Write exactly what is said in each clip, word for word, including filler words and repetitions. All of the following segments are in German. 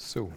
So,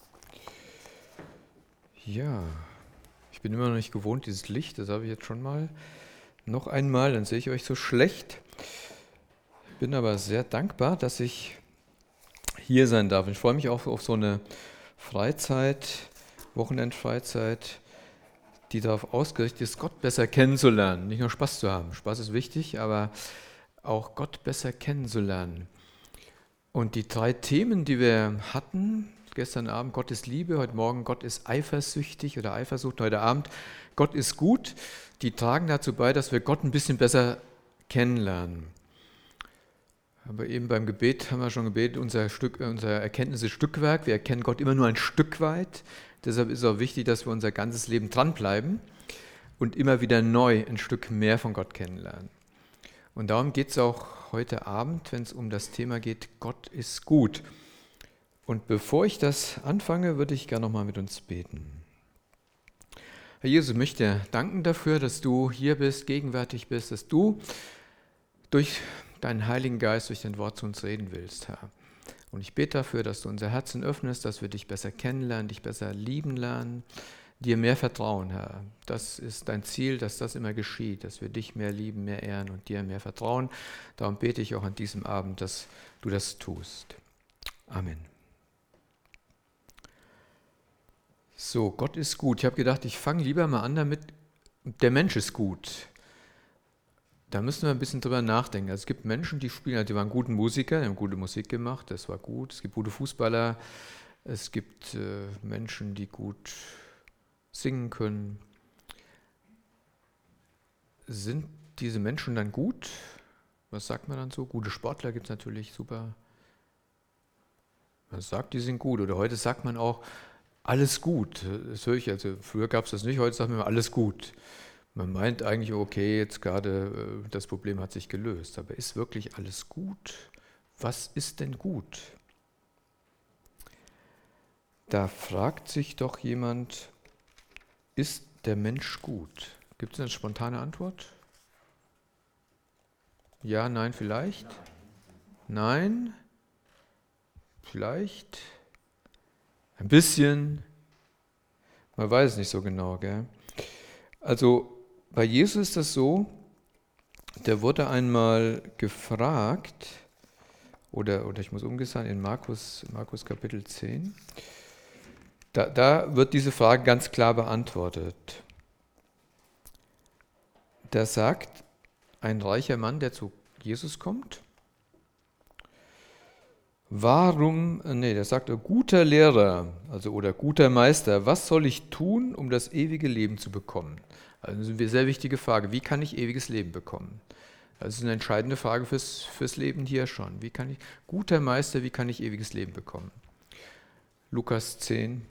ja, ich bin immer noch nicht gewohnt, dieses Licht, das habe ich jetzt schon mal. Noch einmal, dann sehe ich euch so schlecht. Ich bin aber sehr dankbar, dass ich hier sein darf. Ich freue mich auch auf so eine Freizeit, Wochenendfreizeit, die darauf ausgerichtet ist, Gott besser kennenzulernen. Nicht nur Spaß zu haben. Spaß ist wichtig, aber auch Gott besser kennenzulernen. Und die drei Themen, die wir hatten, gestern Abend Gott ist Liebe, heute Morgen Gott ist eifersüchtig oder Eifersucht, heute Abend Gott ist gut, die tragen dazu bei, dass wir Gott ein bisschen besser kennenlernen. Aber eben beim Gebet haben wir schon gebetet, unser, Stück, unser Erkenntnis ist Stückwerk, wir erkennen Gott immer nur ein Stück weit. Deshalb ist es auch wichtig, dass wir unser ganzes Leben dranbleiben und immer wieder neu ein Stück mehr von Gott kennenlernen. Und darum geht es auch heute Abend, wenn es um das Thema geht, Gott ist gut. Und bevor ich das anfange, würde ich gerne nochmal mit uns beten. Herr Jesus, ich möchte dir danken dafür, dass du hier bist, gegenwärtig bist, dass du durch deinen Heiligen Geist, durch dein Wort zu uns reden willst, Herr. Und ich bete dafür, dass du unser Herzen öffnest, dass wir dich besser kennenlernen, dich besser lieben lernen, dir mehr vertrauen, Herr. Das ist dein Ziel, dass das immer geschieht, dass wir dich mehr lieben, mehr ehren und dir mehr vertrauen. Darum bete ich auch an diesem Abend, dass du das tust. Amen. So, Gott ist gut. Ich habe gedacht, ich fange lieber mal an damit, der Mensch ist gut. Da müssen wir ein bisschen drüber nachdenken. Also es gibt Menschen, die spielen, die waren gute Musiker, die haben gute Musik gemacht, das war gut. Es gibt gute Fußballer, es gibt äh, Menschen, die gut singen können. Sind diese Menschen dann gut? Was sagt man dann so? Gute Sportler gibt es natürlich, super. Man sagt, die sind gut. Oder heute sagt man auch, alles gut. Das höre ich, also früher gab es das nicht, heute sagt man immer, alles gut. Man meint eigentlich, okay, jetzt gerade das Problem hat sich gelöst. Aber ist wirklich alles gut? Was ist denn gut? Da fragt sich doch jemand, ist der Mensch gut? Gibt es eine spontane Antwort? Ja, nein, vielleicht? Nein? Vielleicht? Ein bisschen? Man weiß es nicht so genau, gell? Also bei Jesus ist das so, der wurde einmal gefragt, oder, oder ich muss umgesehen, in Markus, Markus Kapitel zehn, da, da wird diese Frage ganz klar beantwortet. Da sagt ein reicher Mann, der zu Jesus kommt, warum, nee, der sagt, guter Lehrer, also oder guter Meister, was soll ich tun, um das ewige Leben zu bekommen? Also eine sehr wichtige Frage, wie kann ich ewiges Leben bekommen? Das ist eine entscheidende Frage fürs, fürs Leben hier schon. Wie kann ich, guter Meister, wie kann ich ewiges Leben bekommen? Lukas zehn.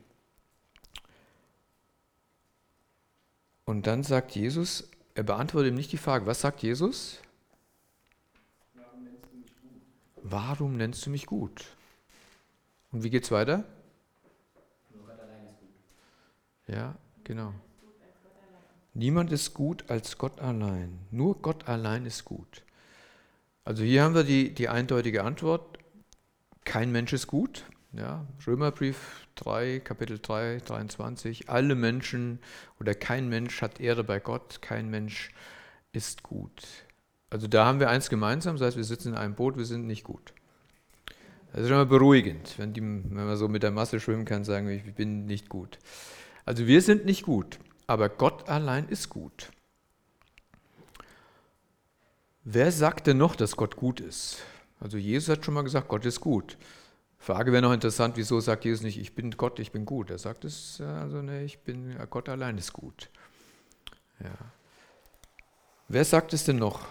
Und dann sagt Jesus, er beantwortet ihm nicht die Frage, was sagt Jesus? Warum nennst du mich gut? Warum nennst du mich gut? Und wie geht's weiter? Nur Gott allein ist gut. Ja, genau. Niemand ist gut als Gott allein. Nur Gott allein ist gut. Also hier haben wir die, die eindeutige Antwort. Kein Mensch ist gut. Ja, Römerbrief drei, Kapitel drei, dreiundzwanzig. Alle Menschen oder kein Mensch hat Ehre bei Gott. Kein Mensch ist gut. Also da haben wir eins gemeinsam. Das heißt, wir sitzen in einem Boot, wir sind nicht gut. Das ist schon mal beruhigend. Wenn, die, wenn man so mit der Masse schwimmen kann, sagen wir, ich bin nicht gut. Also wir sind nicht gut. Aber Gott allein ist gut. Wer sagt denn noch, dass Gott gut ist? Also Jesus hat schon mal gesagt, Gott ist gut. Frage wäre noch interessant, wieso sagt Jesus nicht, ich bin Gott, ich bin gut? Er sagt es, also ne, ich bin, Gott allein ist gut. Ja. Wer sagt es denn noch?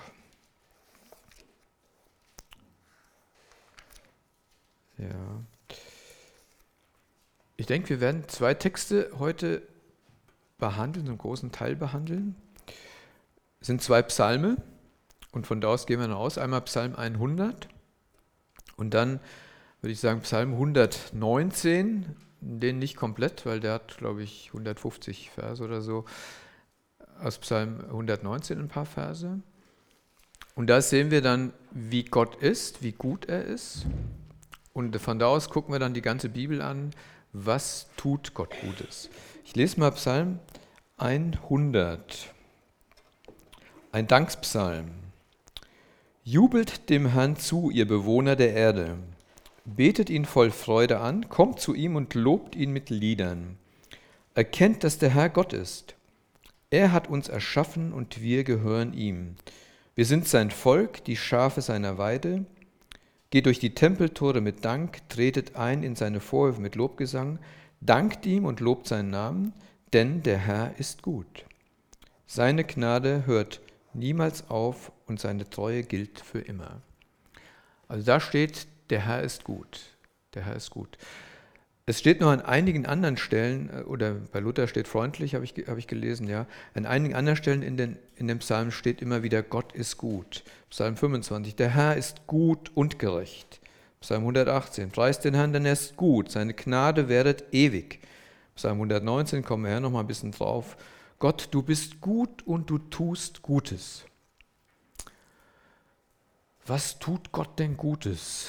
Ja. Ich denke, wir werden zwei Texte heute behandeln, einen großen Teil behandeln. Es sind zwei Psalme und von da aus gehen wir noch aus. Einmal Psalm hundert und dann würde ich sagen Psalm hundertneunzehn, den nicht komplett, weil der hat, glaube ich, hundertfünfzig Verse oder so. Aus Psalm hundertneunzehn ein paar Verse. Und da sehen wir dann, wie Gott ist, wie gut er ist Und von da aus gucken wir dann die ganze Bibel an, was tut Gott Gutes. Ich lese mal Psalm hundert, ein Dankspsalm. Jubelt dem Herrn zu, ihr Bewohner der Erde. Betet ihn voll Freude an, kommt zu ihm und lobt ihn mit Liedern. Erkennt, dass der Herr Gott ist. Er hat uns erschaffen und wir gehören ihm. Wir sind sein Volk, die Schafe seiner Weide. Geht durch die Tempeltore mit Dank, tretet ein in seine Vorhöfe mit Lobgesang, dankt ihm und lobt seinen Namen, denn der Herr ist gut. Seine Gnade hört niemals auf und seine Treue gilt für immer. Also da steht, der Herr ist gut. Der Herr ist gut. Es steht noch an einigen anderen Stellen, oder bei Luther steht freundlich, habe ich, habe ich gelesen, ja. An einigen anderen Stellen in, den, in dem Psalm steht immer wieder, Gott ist gut. Psalm fünfundzwanzig, der Herr ist gut und gerecht. Psalm hundertachtzehn, preist den Herrn, denn er ist gut, seine Gnade währet ewig. Psalm hundertneunzehn, kommen wir ja noch mal ein bisschen drauf. Gott, du bist gut und du tust Gutes. Was tut Gott denn Gutes?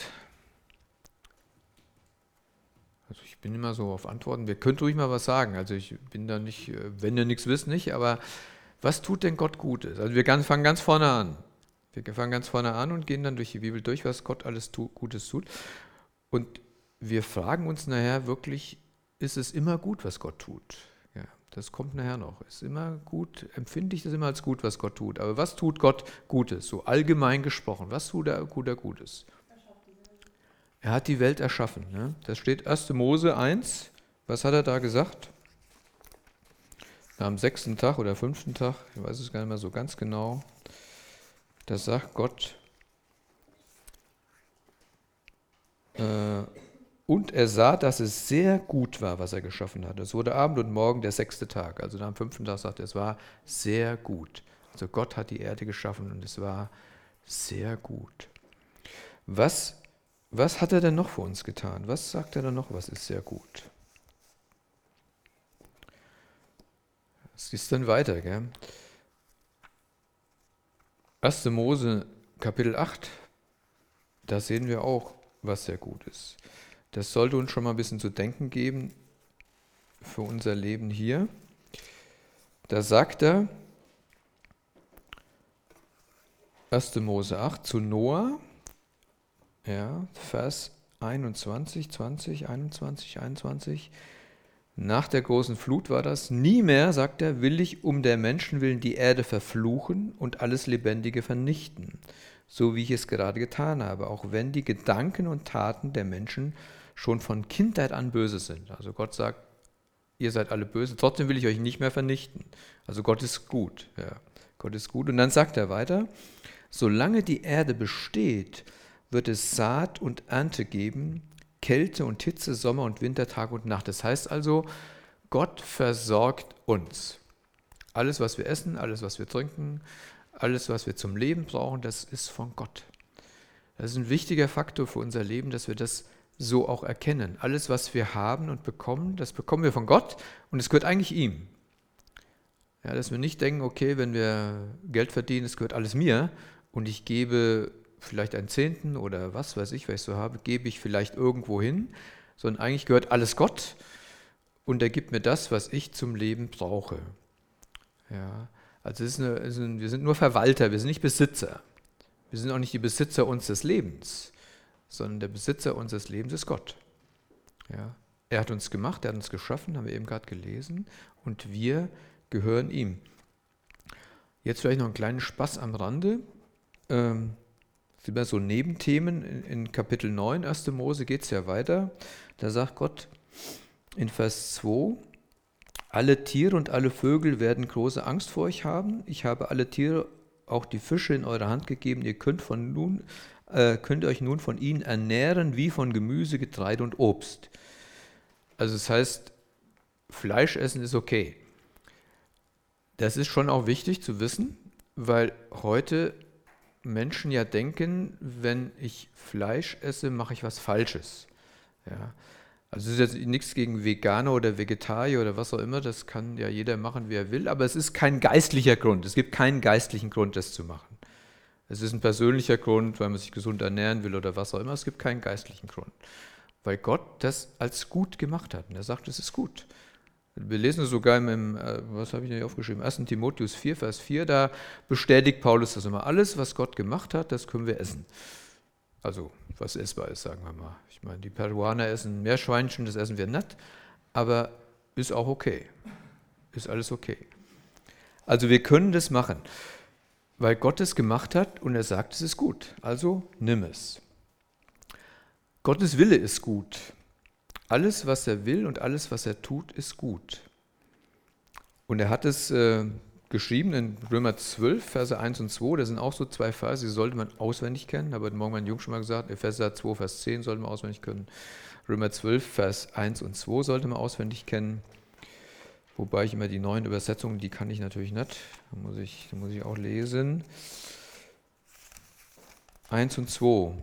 Also ich bin immer so auf Antworten, wir könnt ruhig mal was sagen, also ich bin da nicht, wenn ihr nichts wisst, nicht, aber was tut denn Gott Gutes? Also wir fangen ganz vorne an. Wir fangen ganz vorne an und gehen dann durch die Bibel durch, was Gott alles tu, Gutes tut. Und wir fragen uns nachher wirklich, ist es immer gut, was Gott tut? Ja, das kommt nachher noch. Ist immer gut, empfinde ich das immer als gut, was Gott tut. Aber was tut Gott Gutes? So allgemein gesprochen, was tut er guter Gutes? Er hat die Welt erschaffen. Ne? Das steht erster Mose eins. Was hat er da gesagt? Am sechsten Tag oder fünften Tag, ich weiß es gar nicht mehr so ganz genau, da sagt Gott, äh, und er sah, dass es sehr gut war, was er geschaffen hatte. Es wurde Abend und Morgen der sechste Tag. Also am fünften Tag sagt er, es war sehr gut. Also Gott hat die Erde geschaffen und es war sehr gut. Was Was hat er denn noch für uns getan? Was sagt er denn noch, was ist sehr gut? Es ist dann weiter, gell? erster Mose Kapitel acht, da sehen wir auch, was sehr gut ist. Das sollte uns schon mal ein bisschen zu denken geben für unser Leben hier. Da sagt er, erster Mose acht, zu Noah, ja, Vers einundzwanzig, zwanzig, einundzwanzig, einundzwanzig. Nach der großen Flut war das. Nie mehr, sagt er, will ich um der Menschen willen die Erde verfluchen und alles Lebendige vernichten, so wie ich es gerade getan habe, auch wenn die Gedanken und Taten der Menschen schon von Kindheit an böse sind. Also Gott sagt, ihr seid alle böse, trotzdem will ich euch nicht mehr vernichten. Also Gott ist gut. Ja, Gott ist gut. Und dann sagt er weiter, solange die Erde besteht, wird es Saat und Ernte geben, Kälte und Hitze, Sommer und Winter, Tag und Nacht. Das heißt also, Gott versorgt uns. Alles, was wir essen, alles, was wir trinken, alles, was wir zum Leben brauchen, das ist von Gott. Das ist ein wichtiger Faktor für unser Leben, dass wir das so auch erkennen. Alles, was wir haben und bekommen, das bekommen wir von Gott und es gehört eigentlich ihm. Ja, dass wir nicht denken, okay, wenn wir Geld verdienen, es gehört alles mir und ich gebe vielleicht einen Zehnten oder was weiß ich, was ich so habe, gebe ich vielleicht irgendwo hin, sondern eigentlich gehört alles Gott und er gibt mir das, was ich zum Leben brauche. Ja, also es ist eine, es ist ein, wir sind nur Verwalter, wir sind nicht Besitzer. Wir sind auch nicht die Besitzer unseres Lebens, sondern der Besitzer unseres Lebens ist Gott. Ja, er hat uns gemacht, er hat uns geschaffen, haben wir eben gerade gelesen, und wir gehören ihm. Jetzt vielleicht noch einen kleinen Spaß am Rande. Ähm, sind wir so Nebenthemen. In, in Kapitel neun, erster Mose, geht es ja weiter. Da sagt Gott in Vers zwei, alle Tiere und alle Vögel werden große Angst vor euch haben. Ich habe alle Tiere, auch die Fische, in eure Hand gegeben. Ihr könnt, von nun, äh, könnt euch nun von ihnen ernähren, wie von Gemüse, Getreide und Obst. Also das heißt, Fleisch essen ist okay. Das ist schon auch wichtig zu wissen, weil heute Menschen ja denken, wenn ich Fleisch esse, mache ich was Falsches. Ja. Also es ist jetzt nichts gegen Veganer oder Vegetarier oder was auch immer, das kann ja jeder machen, wie er will, aber es ist kein geistlicher Grund. Es gibt keinen geistlichen Grund, das zu machen. Es ist ein persönlicher Grund, weil man sich gesund ernähren will oder was auch immer. Es gibt keinen geistlichen Grund, weil Gott das als gut gemacht hat. Und er sagt, es ist gut. Wir lesen es sogar im, was habe ich denn aufgeschrieben, ersten Timotheus vier, Vers vier, da bestätigt Paulus das immer. Alles, was Gott gemacht hat, das können wir essen. Also, was essbar ist, sagen wir mal. Ich meine, die Peruaner essen Meerschweinchen, das essen wir nicht, aber ist auch okay. Ist alles okay. Also wir können das machen, weil Gott es gemacht hat und er sagt, es ist gut. Also nimm es. Gottes Wille ist gut. Alles, was er will und alles, was er tut, ist gut. Und er hat es äh, geschrieben in Römer zwölf, Verse eins und zwei. Das sind auch so zwei Verse, die sollte man auswendig kennen. Aber morgen mein Junge schon mal gesagt, Epheser zwei, Vers zehn sollte man auswendig können. Römer zwölf, Vers eins und zwei sollte man auswendig kennen. Wobei ich immer die neuen Übersetzungen, die kann ich natürlich nicht. Da muss ich, da muss ich auch lesen. eins und zwei.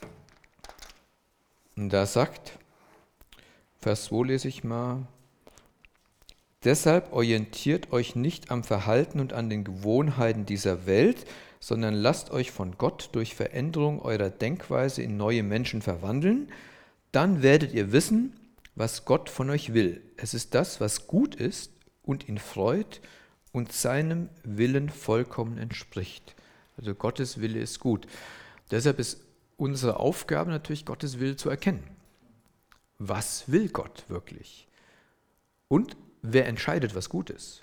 Und da sagt, Vers zwei lese ich mal, deshalb orientiert euch nicht am Verhalten und an den Gewohnheiten dieser Welt, sondern lasst euch von Gott durch Veränderung eurer Denkweise in neue Menschen verwandeln. Dann werdet ihr wissen, was Gott von euch will. Es ist das, was gut ist und ihn freut und seinem Willen vollkommen entspricht. Also Gottes Wille ist gut. Deshalb ist unsere Aufgabe natürlich, Gottes Wille zu erkennen. Was will Gott wirklich? Und wer entscheidet, was gut ist?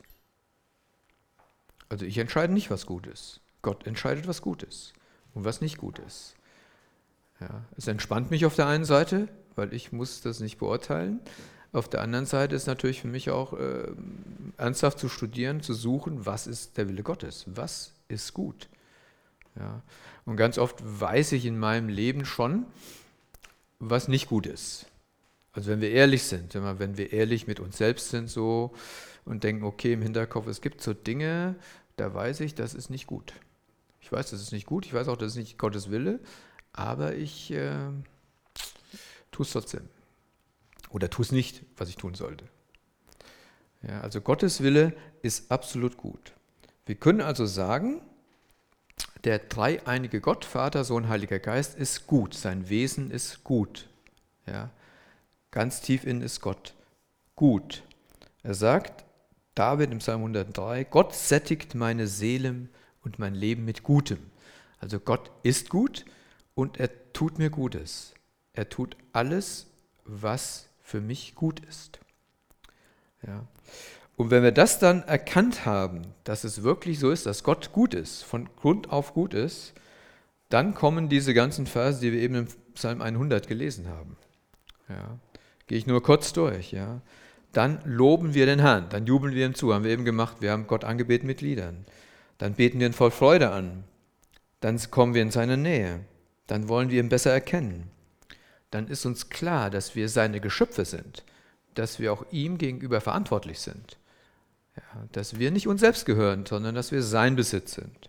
Also ich entscheide nicht, was gut ist. Gott entscheidet, was gut ist und was nicht gut ist. Ja, es entspannt mich auf der einen Seite, weil ich muss das nicht beurteilen. Auf der anderen Seite ist natürlich für mich auch äh, ernsthaft zu studieren, zu suchen, was ist der Wille Gottes? Was ist gut? Ja, und ganz oft weiß ich in meinem Leben schon, was nicht gut ist. Also wenn wir ehrlich sind, wenn wir ehrlich mit uns selbst sind so und denken, okay, im Hinterkopf, es gibt so Dinge, da weiß ich, das ist nicht gut. Ich weiß, das ist nicht gut, ich weiß auch, das ist nicht Gottes Wille, aber ich äh, tue es trotzdem. Oder tue es nicht, was ich tun sollte. Ja, also Gottes Wille ist absolut gut. Wir können also sagen, der dreieinige Gott, Vater, Sohn, Heiliger Geist, ist gut. Sein Wesen ist gut. Ja, ganz tief innen ist Gott gut. Er sagt, David im Psalm hundertdrei, Gott sättigt meine Seele und mein Leben mit Gutem. Also Gott ist gut und er tut mir Gutes. Er tut alles, was für mich gut ist. Ja. Und wenn wir das dann erkannt haben, dass es wirklich so ist, dass Gott gut ist, von Grund auf gut ist, dann kommen diese ganzen Verse, die wir eben im Psalm hundert gelesen haben. Ja. Gehe ich nur kurz durch. Ja. Dann loben wir den Herrn, dann jubeln wir ihm zu, haben wir eben gemacht, wir haben Gott angebeten mit Liedern. Dann beten wir ihn voll Freude an, dann kommen wir in seine Nähe, dann wollen wir ihn besser erkennen. Dann ist uns klar, dass wir seine Geschöpfe sind, dass wir auch ihm gegenüber verantwortlich sind. Ja, dass wir nicht uns selbst gehören, sondern dass wir sein Besitz sind.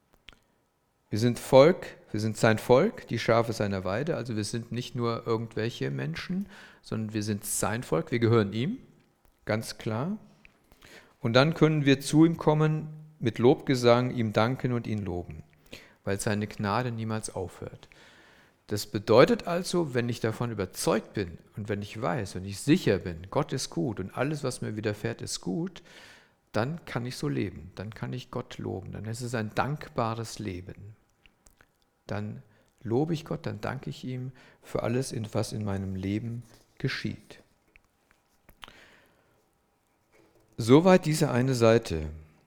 Wir sind Volk, wir sind sein Volk, die Schafe seiner Weide, also wir sind nicht nur irgendwelche Menschen, sondern wir sind sein Volk, wir gehören ihm, ganz klar. Und dann können wir zu ihm kommen, mit Lobgesang ihm danken und ihn loben, weil seine Gnade niemals aufhört. Das bedeutet also, wenn ich davon überzeugt bin und wenn ich weiß und ich sicher bin, Gott ist gut und alles, was mir widerfährt, ist gut, dann kann ich so leben, dann kann ich Gott loben, dann ist es ein dankbares Leben. Dann lobe ich Gott, dann danke ich ihm für alles, was in meinem Leben geschieht. Soweit diese eine Seite,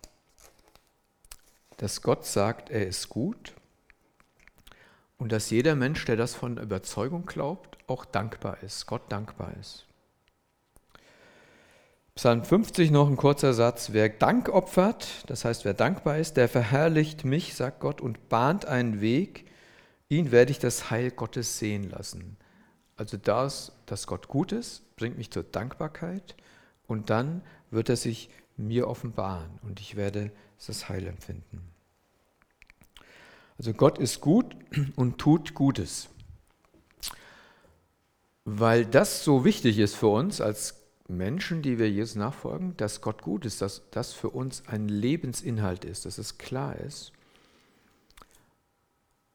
dass Gott sagt, er ist gut. Und dass jeder Mensch, der das von Überzeugung glaubt, auch dankbar ist, Gott dankbar ist. Psalm fünfzig noch ein kurzer Satz. Wer Dank opfert, das heißt, wer dankbar ist, der verherrlicht mich, sagt Gott, und bahnt einen Weg. Ihn werde ich das Heil Gottes sehen lassen. Also das, dass Gott gut ist, bringt mich zur Dankbarkeit und dann wird er sich mir offenbaren und ich werde das Heil empfinden. Also Gott ist gut und tut Gutes. Weil das so wichtig ist für uns als Menschen, die wir Jesus nachfolgen, dass Gott gut ist, dass das für uns ein Lebensinhalt ist, dass es klar ist,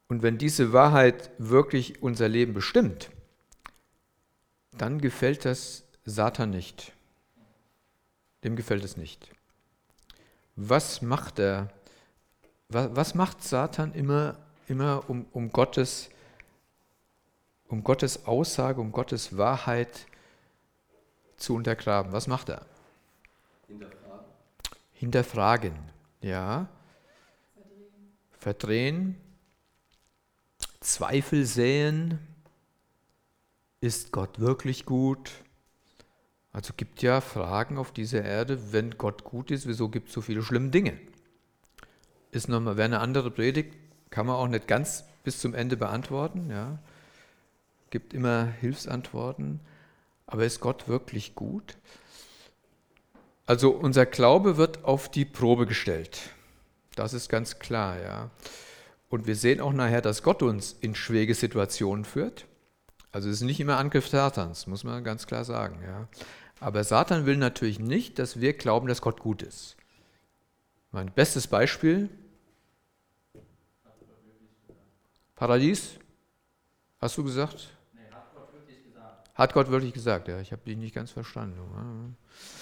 Und wenn diese Wahrheit wirklich unser Leben bestimmt, dann gefällt das Satan nicht. Dem gefällt es nicht. Was macht er? Was, was macht Satan immer, immer um, um, Gottes, um Gottes Aussage, um Gottes Wahrheit zu untergraben? Was macht er? Hinterfragen. Hinterfragen, ja. Verdrehen. Verdrehen. Zweifel säen. Ist Gott wirklich gut? Also gibt ja Fragen auf dieser Erde, wenn Gott gut ist, wieso gibt es so viele schlimme Dinge? Ist nochmal, wäre eine andere Predigt, kann man auch nicht ganz bis zum Ende beantworten, ja. Gibt immer Hilfsantworten, aber ist Gott wirklich gut? Also unser Glaube wird auf die Probe gestellt. Das ist ganz klar, ja. Und wir sehen auch nachher, dass Gott uns in schwierige Situationen führt. Also es ist nicht immer Angriff Satans, muss man ganz klar sagen, ja. Aber Satan will natürlich nicht, dass wir glauben, dass Gott gut ist. Mein bestes Beispiel, Paradies, hast du gesagt? Nee, hat Gott wirklich gesagt. Hat Gott wirklich gesagt, ja, ich habe dich nicht ganz verstanden.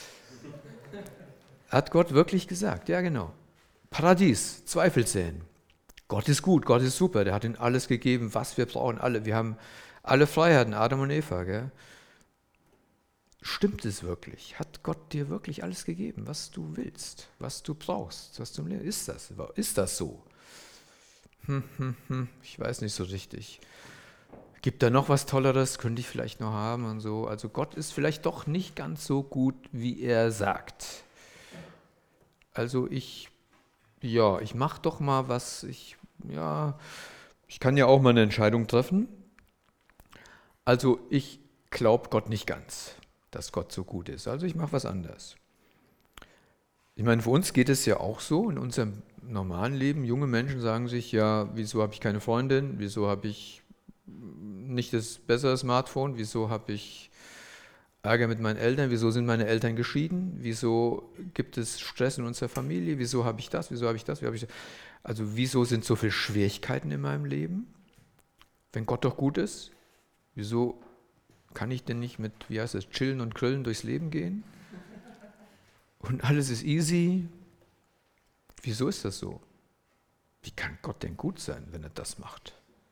Hat Gott wirklich gesagt, ja genau. Paradies, Zweifel säen. Gott ist gut, Gott ist super, der hat ihnen alles gegeben, was wir brauchen, alle. Wir haben alle Freiheiten, Adam und Eva, gell? Stimmt es wirklich? Hat Gott dir wirklich alles gegeben, was du willst, was du brauchst, was du im Leben? Ist das, ist das so? Hm, hm, hm, ich weiß nicht so richtig. Gibt da noch was Tolleres? Könnte ich vielleicht noch haben und so. Also Gott ist vielleicht doch nicht ganz so gut, wie er sagt. Also ich, ja, ich mache doch mal was. Ich, ja, ich kann ja auch mal eine Entscheidung treffen. Also ich glaube Gott nicht ganz, dass Gott so gut ist. Also ich mache was anderes. Ich meine, für uns geht es ja auch so in unserem normalen Leben. Junge Menschen sagen sich, ja, wieso habe ich keine Freundin? Wieso habe ich nicht das bessere Smartphone? Wieso habe ich Ärger mit meinen Eltern? Wieso sind meine Eltern geschieden? Wieso gibt es Stress in unserer Familie? Wieso habe ich das? Wieso habe ich das? Wie habe ich das? Also wieso sind so viele Schwierigkeiten in meinem Leben? Wenn Gott doch gut ist, wieso kann ich denn nicht mit, wie heißt es, chillen und grillen durchs Leben gehen? Und alles ist easy. Wieso ist das so? Wie kann Gott denn gut sein, wenn er das macht?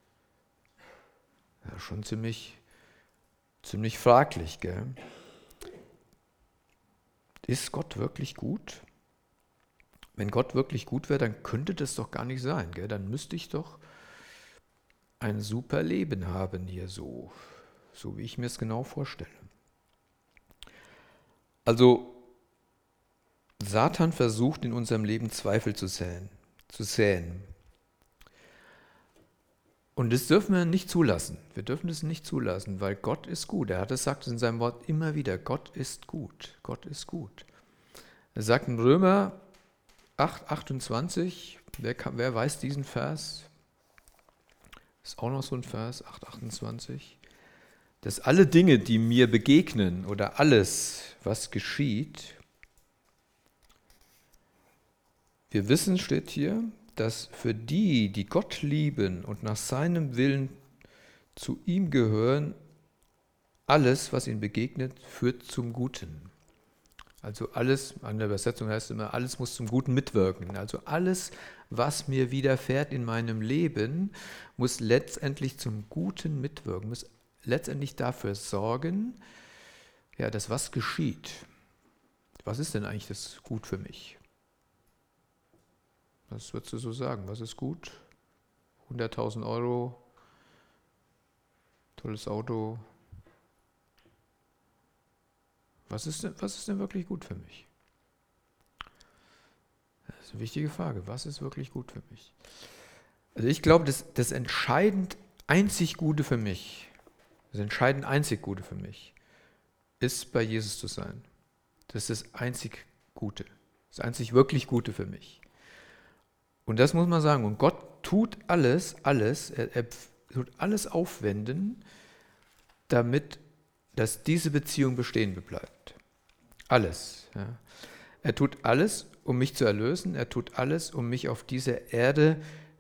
Ja, schon ziemlich, ziemlich fraglich, gell? Ist Gott wirklich gut? Wenn Gott wirklich gut wäre, dann könnte das doch gar nicht sein, gell? Dann müsste ich doch ein super Leben haben hier so, so wie ich mir es genau vorstelle. Also Satan versucht in unserem Leben Zweifel zu säen, zu säen. Und das dürfen wir nicht zulassen. Wir dürfen das nicht zulassen, weil Gott ist gut. Er hat es sagt in seinem Wort immer wieder, Gott ist gut, Gott ist gut. Er sagt in Römer acht, achtundzwanzig, wer, kann, wer weiß diesen Vers? Ist auch noch so ein Vers, acht, achtundzwanzig. Dass alle Dinge, die mir begegnen oder alles, was geschieht, wir wissen, steht hier, dass für die, die Gott lieben und nach seinem Willen zu ihm gehören, alles, was ihnen begegnet, führt zum Guten. Also alles, an der Übersetzung heißt es immer, alles muss zum Guten mitwirken. Also alles, was mir widerfährt in meinem Leben, muss letztendlich zum Guten mitwirken, muss letztendlich dafür sorgen, ja, dass was geschieht. Was ist denn eigentlich das Gut für mich? Was würdest du so sagen? Was ist gut? hunderttausend Euro, tolles Auto. Was ist denn, was ist denn wirklich gut für mich? Das ist eine wichtige Frage. Was ist wirklich gut für mich? Also ich glaube, das, das entscheidend einzig Gute für mich, das entscheidend einzig Gute für mich, ist bei Jesus zu sein. Das ist das einzig Gute. Das einzig wirklich Gute für mich. Und das muss man sagen. Und Gott tut alles, alles, er, er tut alles aufwenden, damit, dass diese Beziehung bestehen bleibt. Alles. Ja. Er tut alles, um mich zu erlösen. Er tut alles, um mich auf dieser Erde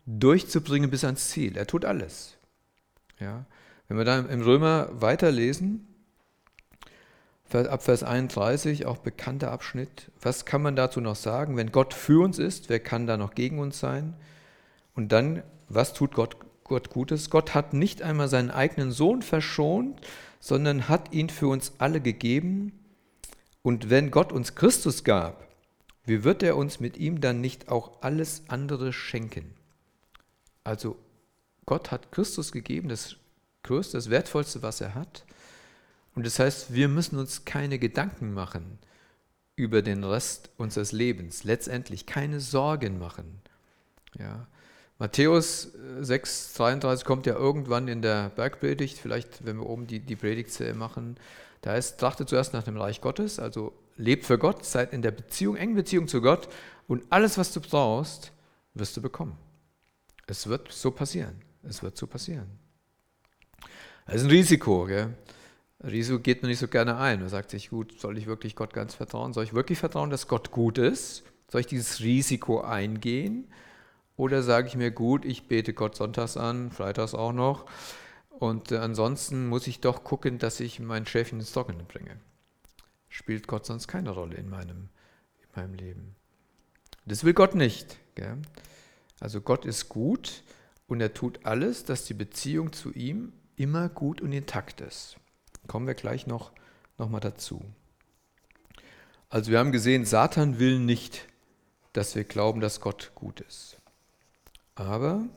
durchzubringen bis ans Ziel. Er tut alles. Ja? Wenn wir dann im Römer weiterlesen, ab Vers einunddreißig, auch bekannter Abschnitt, was kann man dazu noch sagen? Wenn Gott für uns ist, wer kann da noch gegen uns sein? Und dann, was tut Gott, Gott Gutes? Gott hat nicht einmal seinen eigenen Sohn verschont, sondern hat ihn für uns alle gegeben. Und wenn Gott uns Christus gab, wie wird er uns mit ihm dann nicht auch alles andere schenken? Also Gott hat Christus gegeben, das Größte, das Wertvollste, was er hat. Und das heißt, wir müssen uns keine Gedanken machen über den Rest unseres Lebens, letztendlich keine Sorgen machen. Ja. Matthäus sechs dreiunddreißig kommt ja irgendwann in der Bergpredigt, vielleicht wenn wir oben die, die Predigt machen, da heißt, trachtet zuerst nach dem Reich Gottes, also lebt für Gott, seid in der Beziehung, engen Beziehung zu Gott und alles, was du brauchst, wirst du bekommen. Es wird so passieren, es wird so passieren. Das ist ein Risiko, gell? Risiko geht man nicht so gerne ein. Man sagt sich, gut, soll ich wirklich Gott ganz vertrauen? Soll ich wirklich vertrauen, dass Gott gut ist? Soll ich dieses Risiko eingehen? Oder sage ich mir, gut, ich bete Gott sonntags an, freitags auch noch. Und äh, ansonsten muss ich doch gucken, dass ich mein Schäfchen ins Trockene bringe. Spielt Gott sonst keine Rolle in meinem, in meinem Leben. Das will Gott nicht. Gell? Also Gott ist gut und er tut alles, dass die Beziehung zu ihm immer gut und intakt ist. Kommen wir gleich noch, noch mal dazu. Also wir haben gesehen, Satan will nicht, dass wir glauben, dass Gott gut ist. Aber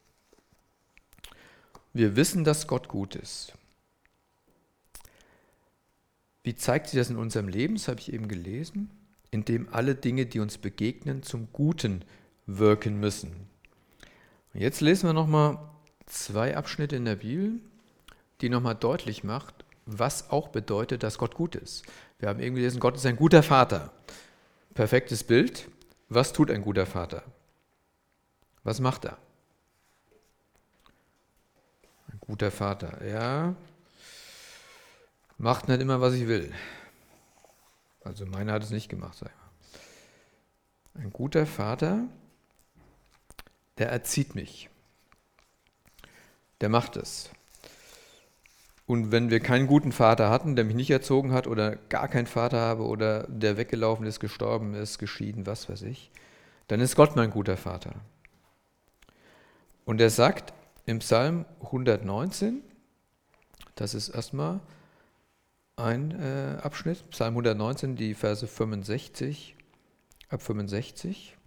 wir wissen, dass Gott gut ist. Wie zeigt sich das in unserem Leben? Das habe ich eben gelesen. Indem alle Dinge, die uns begegnen, zum Guten wirken müssen. Und jetzt lesen wir noch mal zwei Abschnitte in der Bibel, die noch mal deutlich macht, was auch bedeutet, dass Gott gut ist. Wir haben eben gelesen, Gott ist ein guter Vater. Perfektes Bild. Was tut ein guter Vater? Was macht er? Ein guter Vater, ja, macht nicht immer, was ich will. Also meiner hat es nicht gemacht, sag ich mal. Ein guter Vater, der erzieht mich. Der macht es. Und wenn wir keinen guten Vater hatten, der mich nicht erzogen hat oder gar keinen Vater habe oder der weggelaufen ist, gestorben ist, geschieden, was weiß ich, dann ist Gott mein guter Vater. Und er sagt im Psalm hundertneunzehn, das ist erstmal ein äh, Abschnitt, Psalm hundertneunzehn, die Verse fünfundsechzig, ab fünfundsechzig.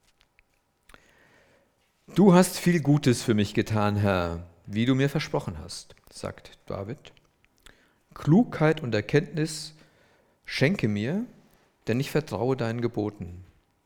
Du hast viel Gutes für mich getan, Herr, wie du mir versprochen hast, sagt David. Klugheit und Erkenntnis schenke mir, denn ich vertraue deinen Geboten.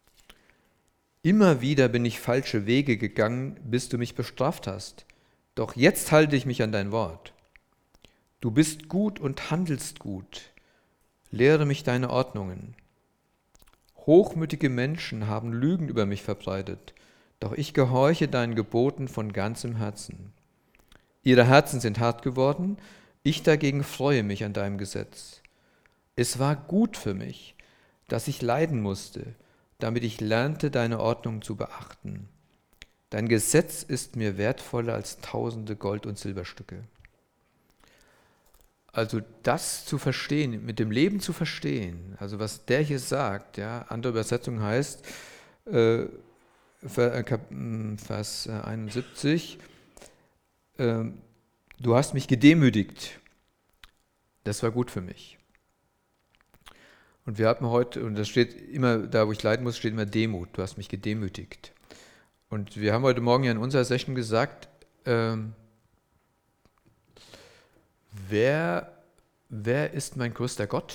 Immer wieder bin ich falsche Wege gegangen, bis du mich bestraft hast. Doch jetzt halte ich mich an dein Wort. Du bist gut und handelst gut. Lehre mich deine Ordnungen. Hochmütige Menschen haben Lügen über mich verbreitet, doch ich gehorche deinen Geboten von ganzem Herzen. Ihre Herzen sind hart geworden, ich dagegen freue mich an deinem Gesetz. Es war gut für mich, dass ich leiden musste, damit ich lernte, deine Ordnung zu beachten. Dein Gesetz ist mir wertvoller als tausende Gold- und Silberstücke. Also das zu verstehen, mit dem Leben zu verstehen, also was der hier sagt, ja, andere Übersetzung heißt, äh, Vers einundsiebzig, äh, du hast mich gedemütigt, das war gut für mich. Und wir haben heute, und das steht immer, da wo ich leiden muss, steht immer Demut, du hast mich gedemütigt. Und wir haben heute Morgen ja in unserer Session gesagt, ähm, wer, wer ist mein größter Gott?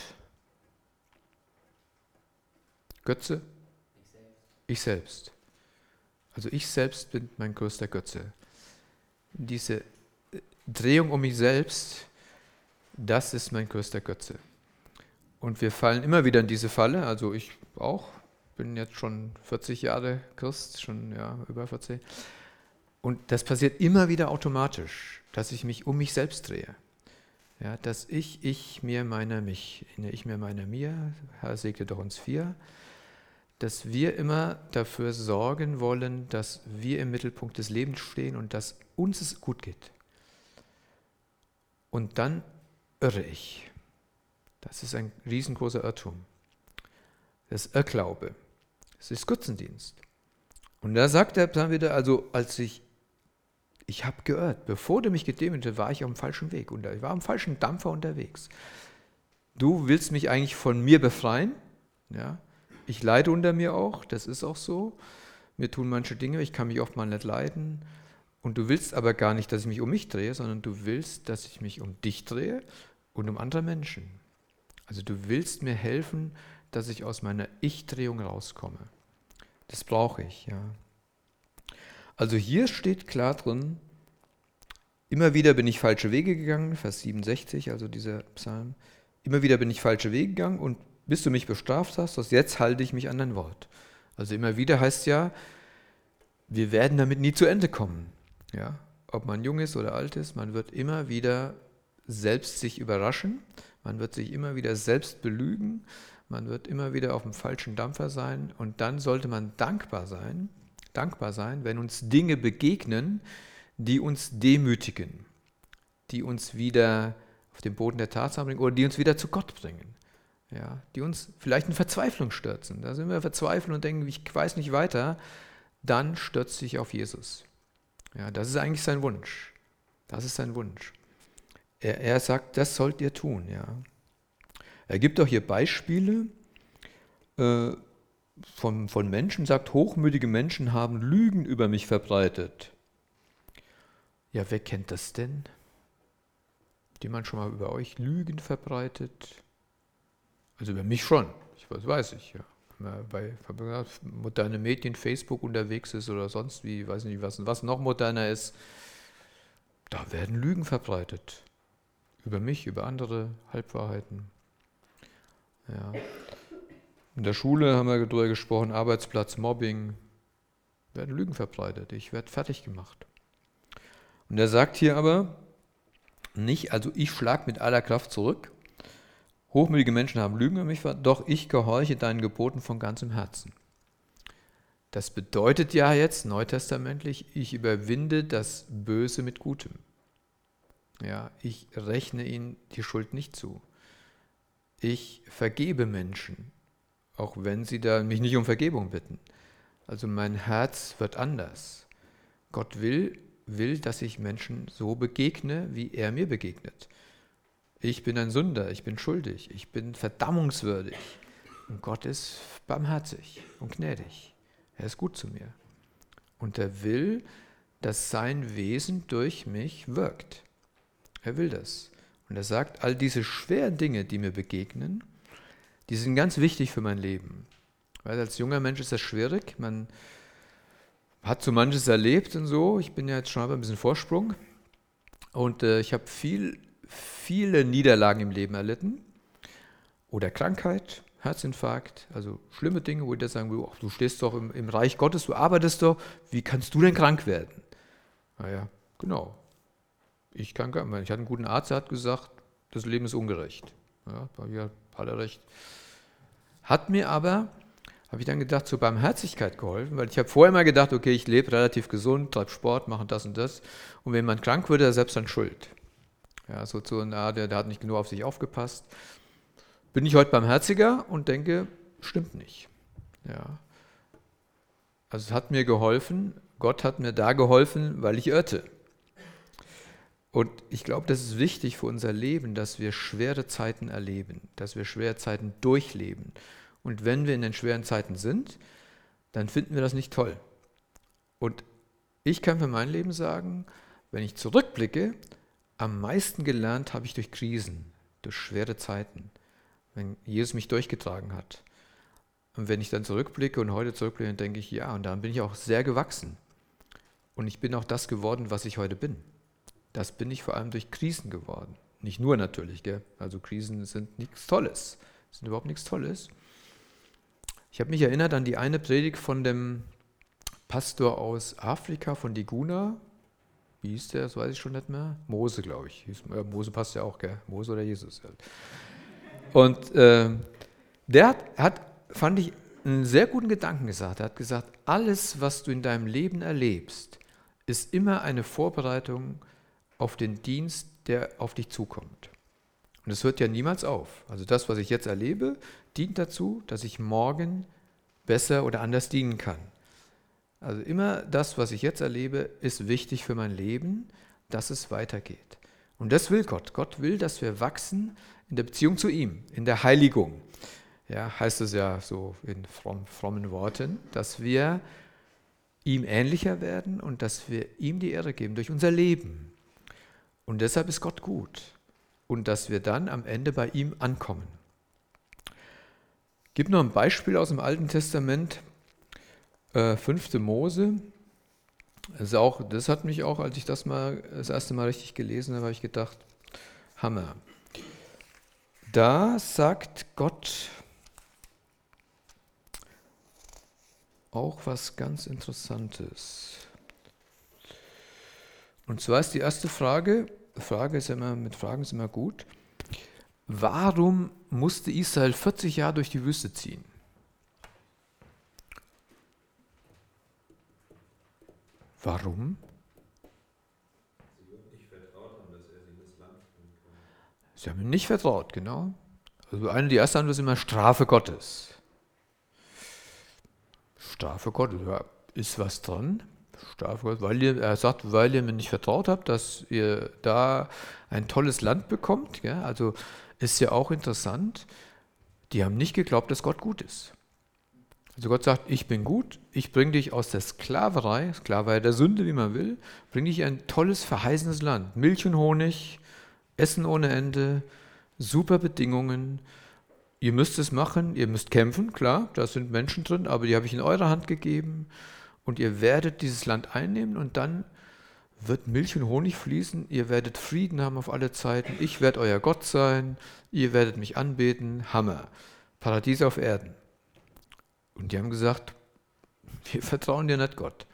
Götze? Ich selbst. Ich selbst. Also ich selbst bin mein größter Götze. Diese Drehung um mich selbst, das ist mein größter Götze. Und wir fallen immer wieder in diese Falle, also ich auch, bin jetzt schon vierzig Jahre Christ, schon ja, über vierzig. Und das passiert immer wieder automatisch, dass ich mich um mich selbst drehe. Ja, dass ich, ich, mir, meiner, mich, ich, mir, meiner, mir, Herr segne doch uns vier, dass wir immer dafür sorgen wollen, dass wir im Mittelpunkt des Lebens stehen und dass uns es gut geht. Und dann irre ich. Das ist ein riesengroßer Irrtum. Das ist Irrglaube. Das ist Götzendienst. Und da sagt er dann wieder, also als ich, ich habe geirrt, bevor du mich gedemütigt hast, war ich auf dem falschen Weg. Und ich war am falschen Dampfer unterwegs. Du willst mich eigentlich von mir befreien. Ja? Ich leide unter mir auch, das ist auch so. Mir tun manche Dinge, ich kann mich oft mal nicht leiden. Und du willst aber gar nicht, dass ich mich um mich drehe, sondern du willst, dass ich mich um dich drehe und um andere Menschen. Also du willst mir helfen, dass ich aus meiner Ich-Drehung rauskomme. Das brauche ich, ja. Also hier steht klar drin, immer wieder bin ich falsche Wege gegangen, Vers siebenundsechzig, also dieser Psalm. Immer wieder bin ich falsche Wege gegangen und bis du mich bestraft hast, aus jetzt halte ich mich an dein Wort. Also immer wieder heißt ja, wir werden damit nie zu Ende kommen. Ja? Ob man jung ist oder alt ist, man wird immer wieder selbst sich überraschen, man wird sich immer wieder selbst belügen, man wird immer wieder auf dem falschen Dampfer sein und dann sollte man dankbar sein, dankbar sein, wenn uns Dinge begegnen, die uns demütigen, die uns wieder auf den Boden der Tatsachen bringen oder die uns wieder zu Gott bringen, ja, die uns vielleicht in Verzweiflung stürzen. Da sind wir verzweifelt und denken, ich weiß nicht weiter, dann stürzt sich auf Jesus. Ja, das ist eigentlich sein Wunsch. Das ist sein Wunsch. Er, er sagt, das sollt ihr tun. Ja. Er gibt auch hier Beispiele äh, von, von Menschen, sagt, hochmütige Menschen haben Lügen über mich verbreitet. Ja, wer kennt das denn? Hat jemand schon mal über euch Lügen verbreitet? Also über mich schon, ich weiß, weiß ich. Ja. Bei modernen Medien, Facebook unterwegs ist oder sonst wie, weiß nicht, was, was noch moderner ist, da werden Lügen verbreitet. Über mich, über andere Halbwahrheiten. Ja. In der Schule haben wir darüber gesprochen, Arbeitsplatz, Mobbing, werden Lügen verbreitet. Ich werde fertig gemacht. Und er sagt hier aber nicht, also ich schlage mit aller Kraft zurück. Hochmütige Menschen haben Lügen über mich, doch ich gehorche deinen Geboten von ganzem Herzen. Das bedeutet ja jetzt, neutestamentlich, ich überwinde das Böse mit Gutem. Ja, ich rechne ihnen die Schuld nicht zu. Ich vergebe Menschen, auch wenn sie da mich nicht um Vergebung bitten. Also mein Herz wird anders. Gott will, will, dass ich Menschen so begegne, wie er mir begegnet. Ich bin ein Sünder, ich bin schuldig, ich bin verdammungswürdig. Und Gott ist barmherzig und gnädig. Er ist gut zu mir. Und er will, dass sein Wesen durch mich wirkt. Er will das. Und er sagt, all diese schweren Dinge, die mir begegnen, die sind ganz wichtig für mein Leben. Weil als junger Mensch ist das schwierig. Man hat so manches erlebt und so. Ich bin ja jetzt schon ein bisschen Vorsprung. Und äh, ich habe viel, viele Niederlagen im Leben erlitten. Oder Krankheit, Herzinfarkt, also schlimme Dinge, wo ich da sagen will, oh, du stehst doch im, im Reich Gottes, du arbeitest doch, wie kannst du denn krank werden? Naja, genau. Ich kann gar nicht. Ich hatte einen guten Arzt, der hat gesagt, das Leben ist ungerecht. Ja, da hat er recht. Hat mir aber, habe ich dann gedacht, zur Barmherzigkeit geholfen, weil ich habe vorher mal gedacht, okay, ich lebe relativ gesund, treibe Sport, mache das und das. Und wenn man krank wird, ist er selbst dann schuld. Ja, so zu, na, der, der hat nicht genug auf sich aufgepasst. Bin ich heute barmherziger und denke, stimmt nicht. Ja. Also es hat mir geholfen, Gott hat mir da geholfen, weil ich irrte. Und ich glaube, das ist wichtig für unser Leben, dass wir schwere Zeiten erleben, dass wir schwere Zeiten durchleben. Und wenn wir in den schweren Zeiten sind, dann finden wir das nicht toll. Und ich kann für mein Leben sagen, wenn ich zurückblicke, am meisten gelernt habe ich durch Krisen, durch schwere Zeiten, wenn Jesus mich durchgetragen hat. Und wenn ich dann zurückblicke und heute zurückblicke, dann denke ich, ja, und dann bin ich auch sehr gewachsen. Und ich bin auch das geworden, was ich heute bin. Das bin ich vor allem durch Krisen geworden. Nicht nur natürlich, gell? Also Krisen sind nichts Tolles, sind überhaupt nichts Tolles. Ich habe mich erinnert an die eine Predigt von dem Pastor aus Afrika, von Diguna. Wie hieß der? Das weiß ich schon nicht mehr. Mose, glaube ich. Mose passt ja auch, gell? Mose oder Jesus. Und äh, der hat, hat, fand ich, einen sehr guten Gedanken gesagt. Er hat gesagt, alles, was du in deinem Leben erlebst, ist immer eine Vorbereitung auf den Dienst, der auf dich zukommt. Und es hört ja niemals auf. Also das, was ich jetzt erlebe, dient dazu, dass ich morgen besser oder anders dienen kann. Also immer das, was ich jetzt erlebe, ist wichtig für mein Leben, dass es weitergeht. Und das will Gott. Gott will, dass wir wachsen in der Beziehung zu ihm, in der Heiligung. Ja, heißt es ja so in fromm, frommen Worten, dass wir ihm ähnlicher werden und dass wir ihm die Ehre geben durch unser Leben. Und deshalb ist Gott gut. Und dass wir dann am Ende bei ihm ankommen. Ich gebe noch ein Beispiel aus dem Alten Testament, äh, fünfte Mose. Das, ist auch, das hat mich auch, als ich das mal das erste Mal richtig gelesen habe, habe ich gedacht, Hammer. Da sagt Gott auch was ganz Interessantes. Und zwar ist die erste Frage, Frage ist immer, mit Fragen ist immer gut, warum musste Israel vierzig Jahre durch die Wüste ziehen? Warum? Sie ihm nicht vertraut haben, dass er sie in das Land führen kann. Sie haben ihm nicht vertraut, genau. Also eine, die erste Antwort ist immer Strafe Gottes. Strafe Gottes, ja, ist was dran? Strafe Gottes, weil ihr, er sagt, weil ihr mir nicht vertraut habt, dass ihr da ein tolles Land bekommt. Ja? Also ist ja auch interessant, die haben nicht geglaubt, dass Gott gut ist. Also Gott sagt, ich bin gut, ich bringe dich aus der Sklaverei, Sklaverei der Sünde, wie man will, bringe dich in ein tolles, verheißenes Land. Milch und Honig, Essen ohne Ende, super Bedingungen. Ihr müsst es machen, ihr müsst kämpfen, klar, da sind Menschen drin, aber die habe ich in eure Hand gegeben und ihr werdet dieses Land einnehmen und dann wird Milch und Honig fließen, ihr werdet Frieden haben auf alle Zeiten, ich werde euer Gott sein, ihr werdet mich anbeten, Hammer, Paradies auf Erden. Und die haben gesagt, wir vertrauen dir nicht, Gott.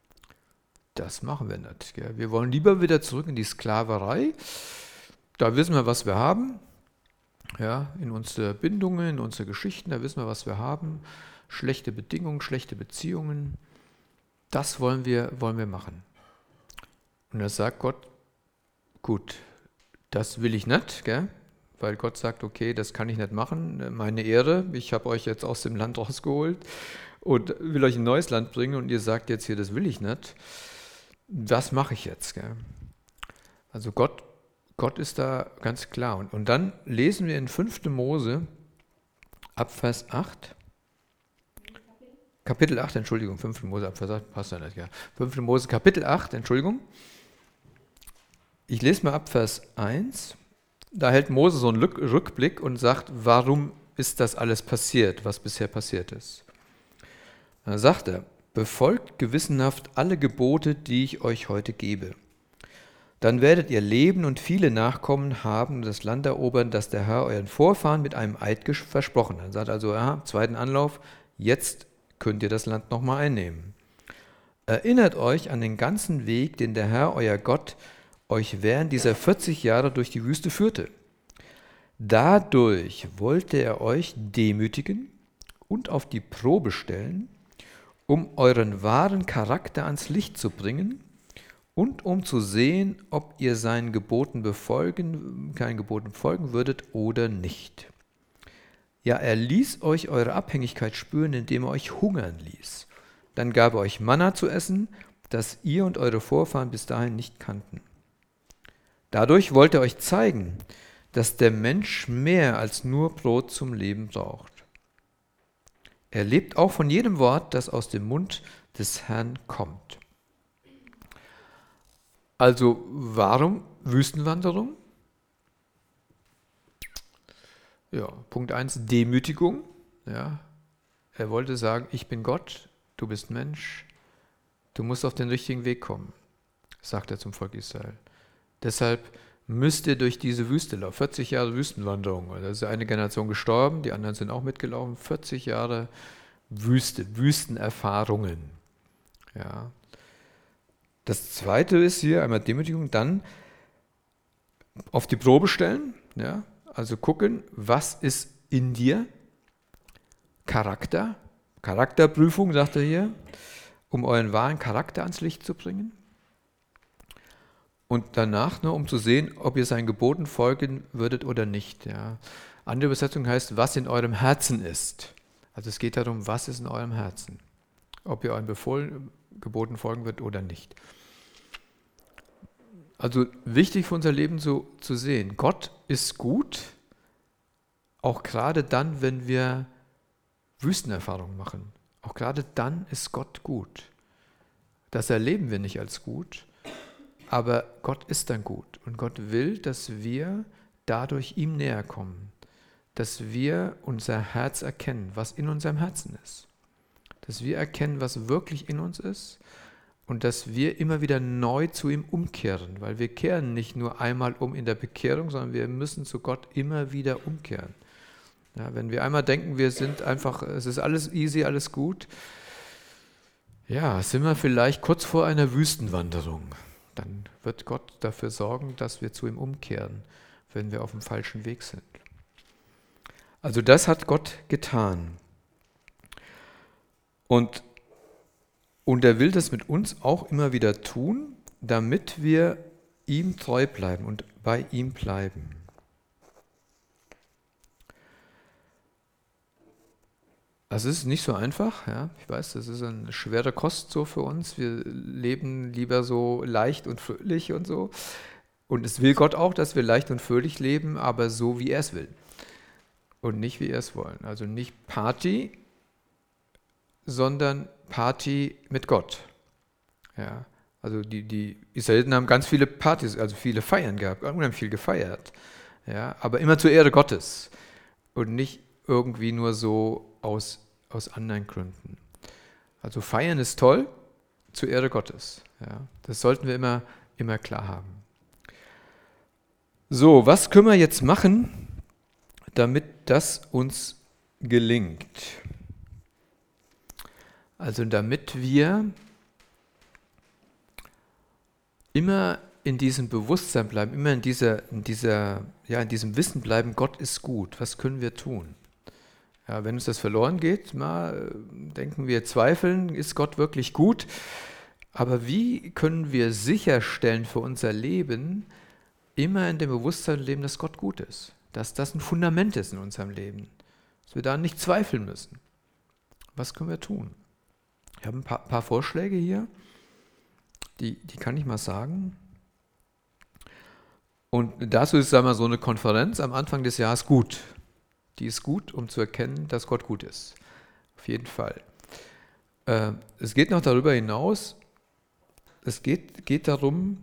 Das machen wir nicht. Gell? Wir wollen lieber wieder zurück in die Sklaverei. Da wissen wir, was wir haben. Ja, in unsere Bindungen, in unsere Geschichten, da wissen wir, was wir haben. Schlechte Bedingungen, schlechte Beziehungen. Das wollen wir, wollen wir machen. Und da sagt Gott, gut, das will ich nicht, gell? Weil Gott sagt, okay, das kann ich nicht machen, meine Ehre, ich habe euch jetzt aus dem Land rausgeholt und will euch ein neues Land bringen und ihr sagt jetzt hier, das will ich nicht. Was mache ich jetzt? Gell? Also Gott, Gott ist da ganz klar. Und, und dann lesen wir in fünfte Mose ab Vers acht, Kapitel acht, Entschuldigung, fünfte Mose ab Vers acht, passt ja nicht, ja. fünfte Mose, Kapitel acht, Entschuldigung. Ich lese mal ab Vers eins. Da hält Mose so einen Rückblick und sagt, warum ist das alles passiert, was bisher passiert ist. Da sagt er, befolgt gewissenhaft alle Gebote, die ich euch heute gebe. Dann werdet ihr leben und viele Nachkommen haben und das Land erobern, das der Herr euren Vorfahren mit einem Eid versprochen hat. Er sagt also, ja, im zweiten Anlauf, jetzt könnt ihr das Land nochmal einnehmen. Erinnert euch an den ganzen Weg, den der Herr, euer Gott, euch während dieser vierzig Jahre durch die Wüste führte. Dadurch wollte er euch demütigen und auf die Probe stellen, um euren wahren Charakter ans Licht zu bringen und um zu sehen, ob ihr seinen Geboten befolgen, keinen Geboten folgen würdet oder nicht. Ja, er ließ euch eure Abhängigkeit spüren, indem er euch hungern ließ. Dann gab er euch Manna zu essen, das ihr und eure Vorfahren bis dahin nicht kannten. Dadurch wollte er euch zeigen, dass der Mensch mehr als nur Brot zum Leben braucht. Er lebt auch von jedem Wort, das aus dem Mund des Herrn kommt. Also warum Wüstenwanderung? Ja, Punkt eins, Demütigung. Ja, er wollte sagen, ich bin Gott, du bist Mensch, du musst auf den richtigen Weg kommen, sagt er zum Volk Israel. Deshalb müsst ihr durch diese Wüste laufen. vierzig Jahre Wüstenwanderung. Da ist eine Generation gestorben, die anderen sind auch mitgelaufen. vierzig Jahre Wüste, Wüstenerfahrungen. Ja. Das zweite ist hier einmal Demütigung, dann auf die Probe stellen. Ja. Also gucken, was ist in dir? Charakter, Charakterprüfung, sagt er hier, um euren wahren Charakter ans Licht zu bringen. Und danach nur, um zu sehen, ob ihr seinen Geboten folgen würdet oder nicht. Ja. Andere Übersetzung heißt, was in eurem Herzen ist. Also es geht darum, was ist in eurem Herzen. Ob ihr euren Befohlen, Geboten folgen würdet oder nicht. Also wichtig für unser Leben so zu sehen, Gott ist gut, auch gerade dann, wenn wir Wüstenerfahrungen machen. Auch gerade dann ist Gott gut. Das erleben wir nicht als gut, aber Gott ist dann gut. Und Gott will, dass wir dadurch ihm näher kommen. Dass wir unser Herz erkennen, was in unserem Herzen ist. Dass wir erkennen, was wirklich in uns ist. Und dass wir immer wieder neu zu ihm umkehren. Weil wir kehren nicht nur einmal um in der Bekehrung, sondern wir müssen zu Gott immer wieder umkehren. Ja, wenn wir einmal denken, wir sind einfach, es ist alles easy, alles gut, ja, sind wir vielleicht kurz vor einer Wüstenwanderung. Dann wird Gott dafür sorgen, dass wir zu ihm umkehren, wenn wir auf dem falschen Weg sind. Also das hat Gott getan. Und, und er will das mit uns auch immer wieder tun, damit wir ihm treu bleiben und bei ihm bleiben. Also es ist nicht so einfach, ja. Ich weiß, das ist eine schwere Kost so für uns. Wir leben lieber so leicht und fröhlich und so. Und es will Gott auch, dass wir leicht und fröhlich leben, aber so, wie er es will. Und nicht, wie er es wollen. Also nicht Party, sondern Party mit Gott. Ja. Also die, die Israeliten haben ganz viele Partys, also viele Feiern gehabt, unheimlich viel gefeiert. Ja. Aber immer zur Ehre Gottes. Und nicht irgendwie nur so aus, aus anderen Gründen. Also feiern ist toll, zur Ehre Gottes. Ja, das sollten wir immer, immer klar haben. So, was können wir jetzt machen, damit das uns gelingt? Also damit wir immer in diesem Bewusstsein bleiben, immer in dieser, in dieser, ja, in diesem Wissen bleiben, Gott ist gut. Was können wir tun? Ja, wenn uns das verloren geht, mal denken wir, zweifeln, ist Gott wirklich gut? Aber wie können wir sicherstellen für unser Leben, immer in dem Bewusstsein leben, dass Gott gut ist? Dass das ein Fundament ist in unserem Leben. Dass wir da nicht zweifeln müssen. Was können wir tun? Ich habe ein paar, paar Vorschläge hier, die, die kann ich mal sagen. Und dazu ist, sagen wir mal, so eine Konferenz am Anfang des Jahres gut. Die ist gut, um zu erkennen, dass Gott gut ist. Auf jeden Fall. Äh, es geht noch darüber hinaus, es geht, geht darum,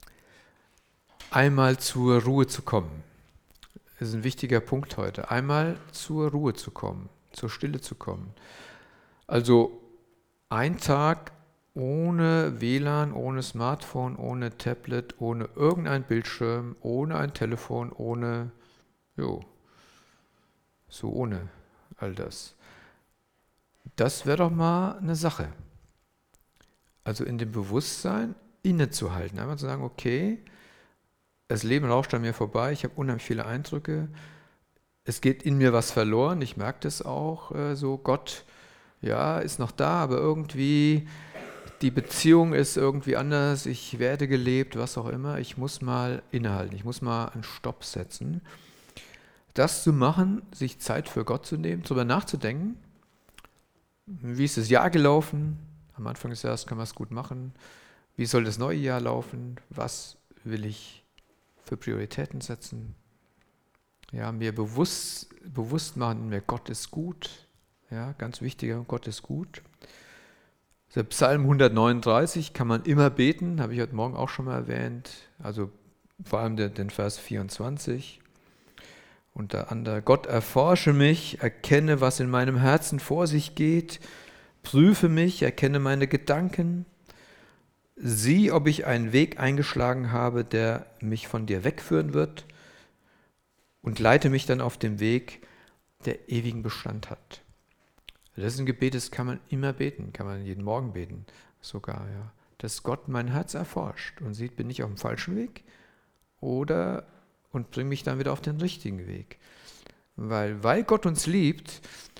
einmal zur Ruhe zu kommen. Das ist ein wichtiger Punkt heute. Einmal zur Ruhe zu kommen, zur Stille zu kommen. Also ein Tag ohne W L A N, ohne Smartphone, ohne Tablet, ohne irgendein Bildschirm, ohne ein Telefon, ohne, jo, so ohne all das. Das wäre doch mal eine Sache. Also in dem Bewusstsein innezuhalten, einfach zu sagen, okay, das Leben rauscht an mir vorbei, ich habe unheimlich viele Eindrücke, es geht in mir was verloren, ich merke das auch äh, so, Gott, ja, ist noch da, aber irgendwie die Beziehung ist irgendwie anders, ich werde gelebt, was auch immer, ich muss mal innehalten, ich muss mal einen Stopp setzen. Das zu machen, sich Zeit für Gott zu nehmen, darüber nachzudenken, wie ist das Jahr gelaufen, am Anfang des Jahres kann man es gut machen, wie soll das neue Jahr laufen, was will ich für Prioritäten setzen, ja, mir bewusst, bewusst machen, mir Gott ist gut, ja, ganz wichtiger, Gott ist gut. Der Psalm hundertneununddreißig kann man immer beten, habe ich heute Morgen auch schon mal erwähnt, also vor allem den, den Vers vierundzwanzig. Unter anderem, Gott erforsche mich, erkenne, was in meinem Herzen vor sich geht, prüfe mich, erkenne meine Gedanken, sieh, ob ich einen Weg eingeschlagen habe, der mich von dir wegführen wird und leite mich dann auf den Weg, der ewigen Bestand hat. Das ist ein Gebet, das kann man immer beten, kann man jeden Morgen beten, sogar, ja. Dass Gott mein Herz erforscht und sieht, bin ich auf dem falschen Weg oder und bringt mich dann wieder auf den richtigen Weg. Weil, weil Gott uns liebt,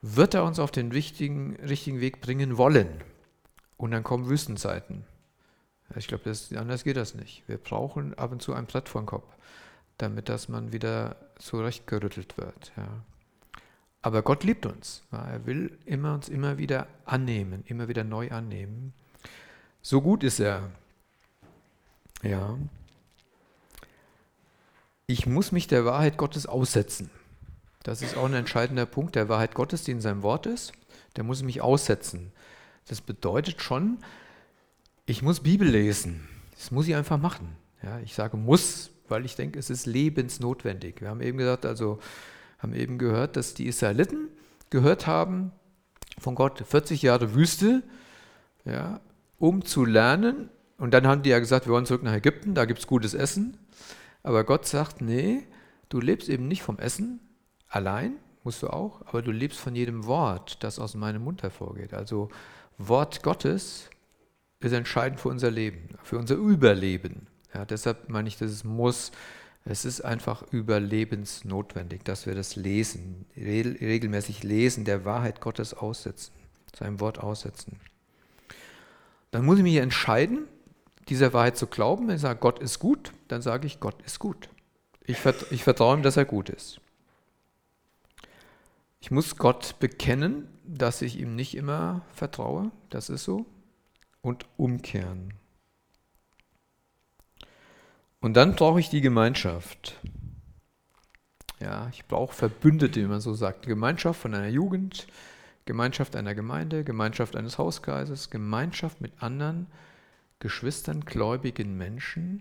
wird er uns auf den richtigen, richtigen Weg bringen wollen. Und dann kommen Wüstenzeiten. Ich glaube, anders geht das nicht. Wir brauchen ab und zu ein Brett vor den Kopf, damit das man wieder zurechtgerüttelt wird. Ja. Aber Gott liebt uns. Ja. Er will immer, uns immer wieder annehmen, immer wieder neu annehmen. So gut ist er. Ja. Ich muss mich der Wahrheit Gottes aussetzen. Das ist auch ein entscheidender Punkt der Wahrheit Gottes, die in seinem Wort ist. Der muss ich mich aussetzen. Das bedeutet schon, ich muss Bibel lesen. Das muss ich einfach machen. Ja, ich sage muss, weil ich denke, es ist lebensnotwendig. Wir haben eben gesagt, also haben eben gehört, dass die Israeliten gehört haben von Gott vierzig Jahre Wüste, ja, um zu lernen. Und dann haben die ja gesagt, wir wollen zurück nach Ägypten, da gibt es gutes Essen. Aber Gott sagt, nee, du lebst eben nicht vom Essen allein, musst du auch, aber du lebst von jedem Wort, das aus meinem Mund hervorgeht. Also Wort Gottes ist entscheidend für unser Leben, für unser Überleben. Ja, deshalb meine ich, dass es muss, es ist einfach überlebensnotwendig, dass wir das lesen, regelmäßig lesen, der Wahrheit Gottes aussetzen, seinem Wort aussetzen. Dann muss ich mich entscheiden, dieser Wahrheit zu glauben. Wenn ich sage, Gott ist gut, dann sage ich, Gott ist gut. Ich, vert- ich vertraue ihm, dass er gut ist. Ich muss Gott bekennen, dass ich ihm nicht immer vertraue, das ist so, und umkehren. Und dann brauche ich die Gemeinschaft. Ja, ich brauche Verbündete, wie man so sagt. Gemeinschaft von einer Jugend, Gemeinschaft einer Gemeinde, Gemeinschaft eines Hauskreises, Gemeinschaft mit anderen Geschwistern, gläubigen Menschen,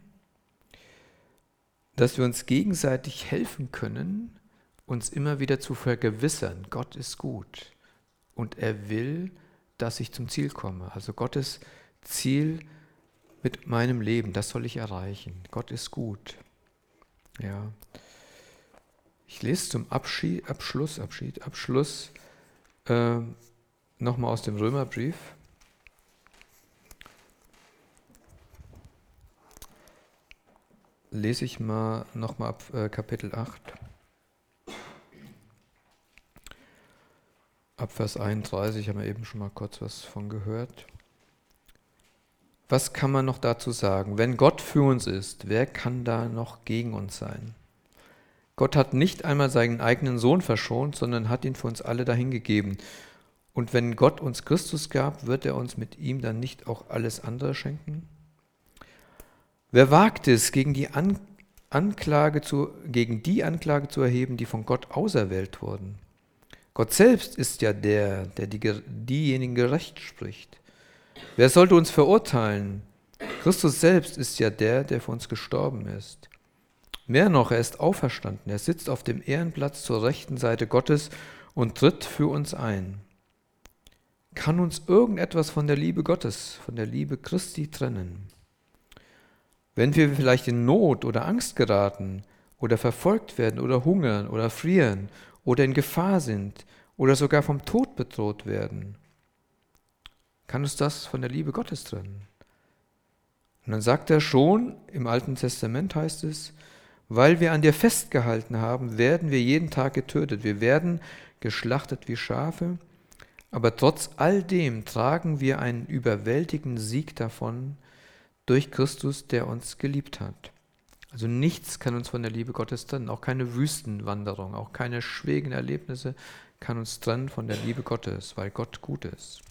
dass wir uns gegenseitig helfen können, uns immer wieder zu vergewissern, Gott ist gut und er will, dass ich zum Ziel komme. Also Gottes Ziel mit meinem Leben, das soll ich erreichen. Gott ist gut. Ja. Ich lese zum Abschied, Abschluss, Abschied, Abschluss äh, nochmal aus dem Römerbrief. Lese ich mal nochmal ab äh, Kapitel acht. Ab Vers einunddreißig haben wir eben schon mal kurz was von gehört. Was kann man noch dazu sagen? Wenn Gott für uns ist, wer kann da noch gegen uns sein? Gott hat nicht einmal seinen eigenen Sohn verschont, sondern hat ihn für uns alle dahingegeben. Und wenn Gott uns Christus gab, wird er uns mit ihm dann nicht auch alles andere schenken? Wer wagt es, gegen die An- Anklage zu, gegen die Anklage zu erheben, die von Gott auserwählt wurden? Gott selbst ist ja der, der die, diejenigen gerecht spricht. Wer sollte uns verurteilen? Christus selbst ist ja der, der für uns gestorben ist. Mehr noch, er ist auferstanden. Er sitzt auf dem Ehrenplatz zur rechten Seite Gottes und tritt für uns ein. Kann uns irgendetwas von der Liebe Gottes, von der Liebe Christi trennen? Wenn wir vielleicht in Not oder Angst geraten oder verfolgt werden oder hungern oder frieren oder in Gefahr sind oder sogar vom Tod bedroht werden, kann uns das von der Liebe Gottes trennen? Und dann sagt er schon, im Alten Testament heißt es, weil wir an dir festgehalten haben, werden wir jeden Tag getötet. Wir werden geschlachtet wie Schafe, aber trotz all dem tragen wir einen überwältigenden Sieg davon durch Christus, der uns geliebt hat. Also nichts kann uns von der Liebe Gottes trennen, auch keine Wüstenwanderung, auch keine schwierigen Erlebnisse kann uns trennen von der Liebe Gottes, weil Gott gut ist.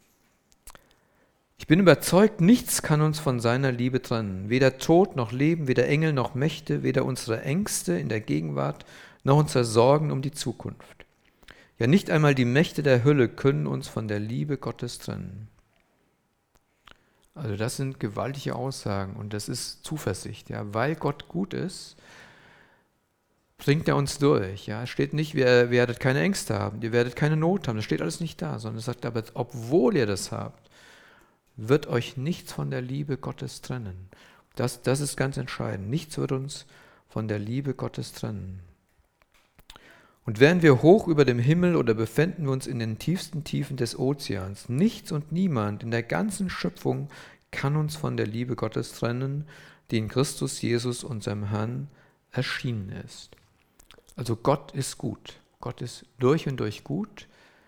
Ich bin überzeugt, nichts kann uns von seiner Liebe trennen. Weder Tod noch Leben, weder Engel noch Mächte, weder unsere Ängste in der Gegenwart noch unsere Sorgen um die Zukunft. Ja, nicht einmal die Mächte der Hölle können uns von der Liebe Gottes trennen. Also das sind gewaltige Aussagen und das ist Zuversicht. Ja, weil Gott gut ist, bringt er uns durch. Ja, es steht nicht, ihr werdet keine Ängste haben, ihr werdet keine Not haben. Das steht alles nicht da, sondern es sagt aber, obwohl ihr das habt, wird euch nichts von der Liebe Gottes trennen. Das, das ist ganz entscheidend. Nichts wird uns von der Liebe Gottes trennen. Und wären wir hoch über dem Himmel oder befänden wir uns in den tiefsten Tiefen des Ozeans, nichts und niemand in der ganzen Schöpfung kann uns von der Liebe Gottes trennen, die in Christus Jesus, unserem Herrn, erschienen ist. Also Gott ist gut. Gott ist durch und durch gut.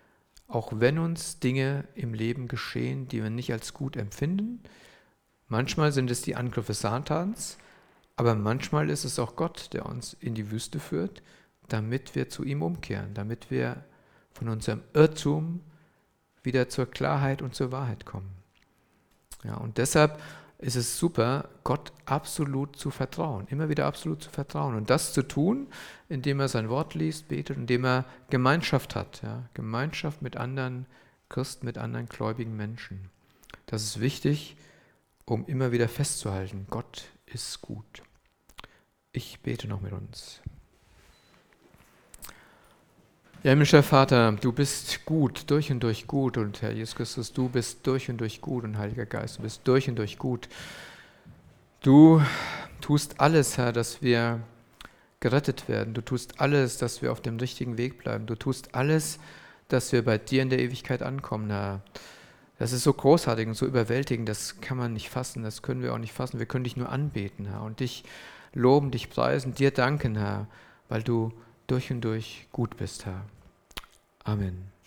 auch wenn uns Dinge im Leben geschehen, die wir nicht als gut empfinden. Manchmal sind es die Angriffe Satans, aber manchmal ist es auch Gott, der uns in die Wüste führt, damit wir zu ihm umkehren, damit wir von unserem Irrtum wieder zur Klarheit und zur Wahrheit kommen. Ja, und deshalb ist es super, Gott absolut zu vertrauen, immer wieder absolut zu vertrauen und das zu tun, indem er sein Wort liest, betet, indem er Gemeinschaft hat, ja, Gemeinschaft mit anderen Christen, mit anderen gläubigen Menschen. Das ist wichtig, um immer wieder festzuhalten, Gott ist gut. Ich bete noch mit uns. Ja, himmlischer Vater, du bist gut, durch und durch gut und Herr Jesus Christus, du bist durch und durch gut und Heiliger Geist, du bist durch und durch gut. Du tust alles, Herr, dass wir gerettet werden. Du tust alles, dass wir auf dem richtigen Weg bleiben. Du tust alles, dass wir bei dir in der Ewigkeit ankommen, Herr. Das ist so großartig und so überwältigend, das kann man nicht fassen, das können wir auch nicht fassen. Wir können dich nur anbeten, Herr, und dich loben, dich preisen, dir danken, Herr, weil du durch und durch gut bist, Herr. Amen.